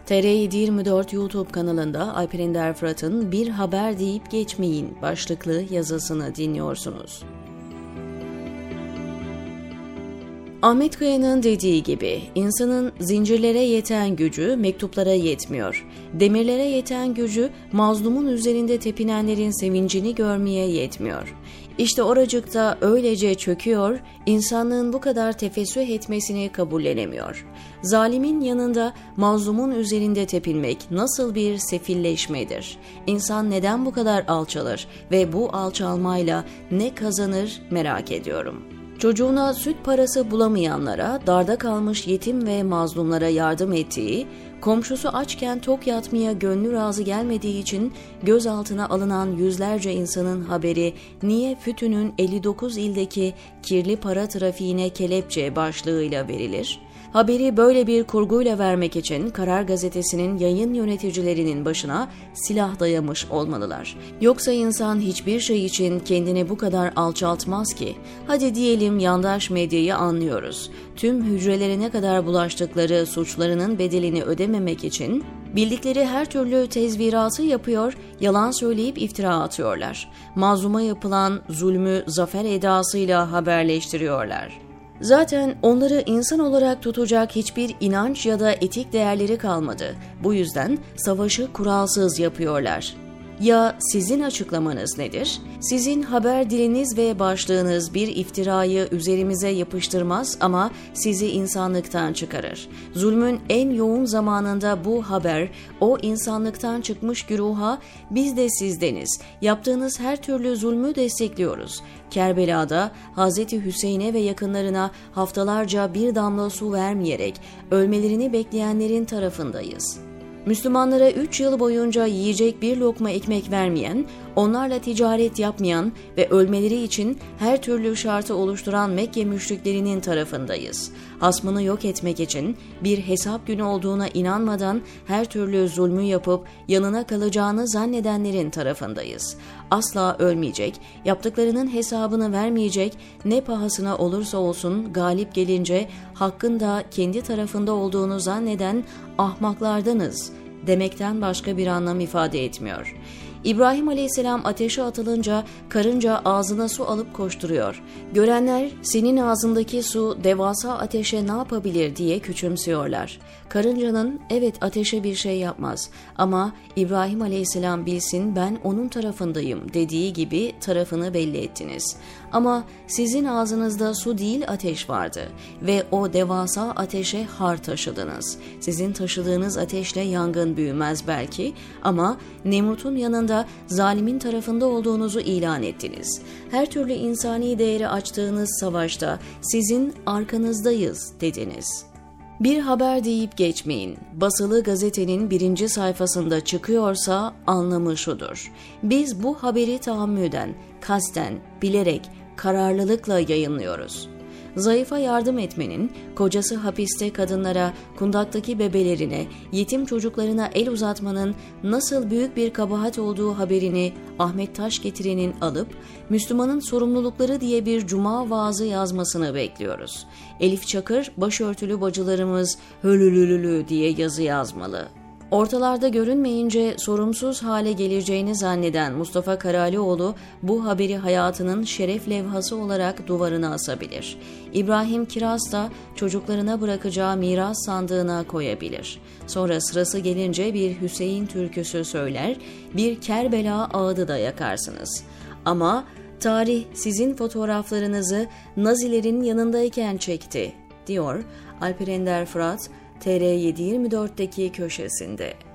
TR724 YouTube kanalında Alper Ender Fırat'ın "Bir Haber Deyip Geçmeyin" başlıklı yazısını dinliyorsunuz. Ahmet Kaya'nın dediği gibi, insanın zincirlere yeten gücü mektuplara yetmiyor. Demirlere yeten gücü mazlumun üzerinde tepinenlerin sevincini görmeye yetmiyor. İşte oracıkta öylece çöküyor, insanlığın bu kadar tefessüh etmesini kabullenemiyor. Zalimin yanında mazlumun üzerinde tepinmek nasıl bir sefilleşmedir? İnsan neden bu kadar alçalır ve bu alçalmayla ne kazanır merak ediyorum. Çocuğuna süt parası bulamayanlara, darda kalmış yetim ve mazlumlara yardım ettiği, komşusu açken tok yatmaya gönlü razı gelmediği için gözaltına alınan yüzlerce insanın haberi niye FETÖ'nün 59 ildeki kirli para trafiğine kelepçe başlığıyla verilir? Haberi böyle bir kurguyla vermek için Karar Gazetesi'nin yayın yöneticilerinin başına silah dayamış olmalılar. Yoksa insan hiçbir şey için kendini bu kadar alçaltmaz ki. Hadi diyelim yandaş medyayı anlıyoruz. Tüm hücrelerine kadar bulaştıkları suçlarının bedelini ödememek için bildikleri her türlü tezviratı yapıyor, yalan söyleyip iftira atıyorlar. Mazluma yapılan zulmü zafer edasıyla haberleştiriyorlar. Zaten onları insan olarak tutacak hiçbir inanç ya da etik değerleri kalmadı. Bu yüzden savaşı kuralsız yapıyorlar. Ya sizin açıklamanız nedir? Sizin haber diliniz ve başlığınız bir iftirayı üzerimize yapıştırmaz ama sizi insanlıktan çıkarır. Zulmün en yoğun zamanında bu haber o insanlıktan çıkmış güruha "Biz de sizdeniz. Yaptığınız her türlü zulmü destekliyoruz. Kerbela'da Hazreti Hüseyin'e ve yakınlarına haftalarca bir damla su vermeyerek ölmelerini bekleyenlerin tarafındayız. Müslümanlara 3 yıl boyunca yiyecek bir lokma ekmek vermeyen, onlarla ticaret yapmayan ve ölmeleri için her türlü şartı oluşturan Mekke müşriklerinin tarafındayız. Hasmını yok etmek için bir hesap günü olduğuna inanmadan her türlü zulmü yapıp yanına kalacağını zannedenlerin tarafındayız. Asla ölmeyecek, yaptıklarının hesabını vermeyecek, ne pahasına olursa olsun galip gelince hakkın da kendi tarafında olduğunu zanneden ahmaklardanız demekten başka bir anlam ifade etmiyor. İbrahim Aleyhisselam ateşe atılınca karınca ağzına su alıp koşturuyor. Görenler senin ağzındaki su devasa ateşe ne yapabilir diye küçümsüyorlar. Karıncanın evet ateşe bir şey yapmaz ama İbrahim Aleyhisselam bilsin ben onun tarafındayım dediği gibi tarafını belli ettiniz. Ama sizin ağzınızda su değil ateş vardı ve o devasa ateşe har taşıdınız. Sizin taşıdığınız ateşle yangın büyümez belki ama Nemrut'un yanında zalimin tarafında olduğunuzu ilan ettiniz. Her türlü insani değeri açtığınız savaşta sizin arkanızdayız dediniz. Bir haber deyip geçmeyin. Basılı gazetenin 1. sayfasında çıkıyorsa anlamı şudur. Biz bu haberi tahammüden, kasten, bilerek, kararlılıkla yayınlıyoruz. Zayıfa yardım etmenin, kocası hapiste kadınlara, kundaktaki bebelerine, yetim çocuklarına el uzatmanın nasıl büyük bir kabahat olduğu haberini Ahmet Taşgetiren'in alıp Müslümanın sorumlulukları diye bir cuma vaazı yazmasını bekliyoruz. Elif Çakır, başörtülü bacılarımız hölülülülü diye yazı yazmalı. Ortalarda görünmeyince sorumsuz hale geleceğini zanneden Mustafa Karalioğlu bu haberi hayatının şeref levhası olarak duvarına asabilir. İbrahim Kiraz da çocuklarına bırakacağı miras sandığına koyabilir. Sonra sırası gelince bir Hüseyin türküsü söyler, bir Kerbela ağıdı da yakarsınız. Ama tarih sizin fotoğraflarınızı Nazilerin yanındayken çekti, diyor Alper Ender Fırat, TR724'deki köşesinde.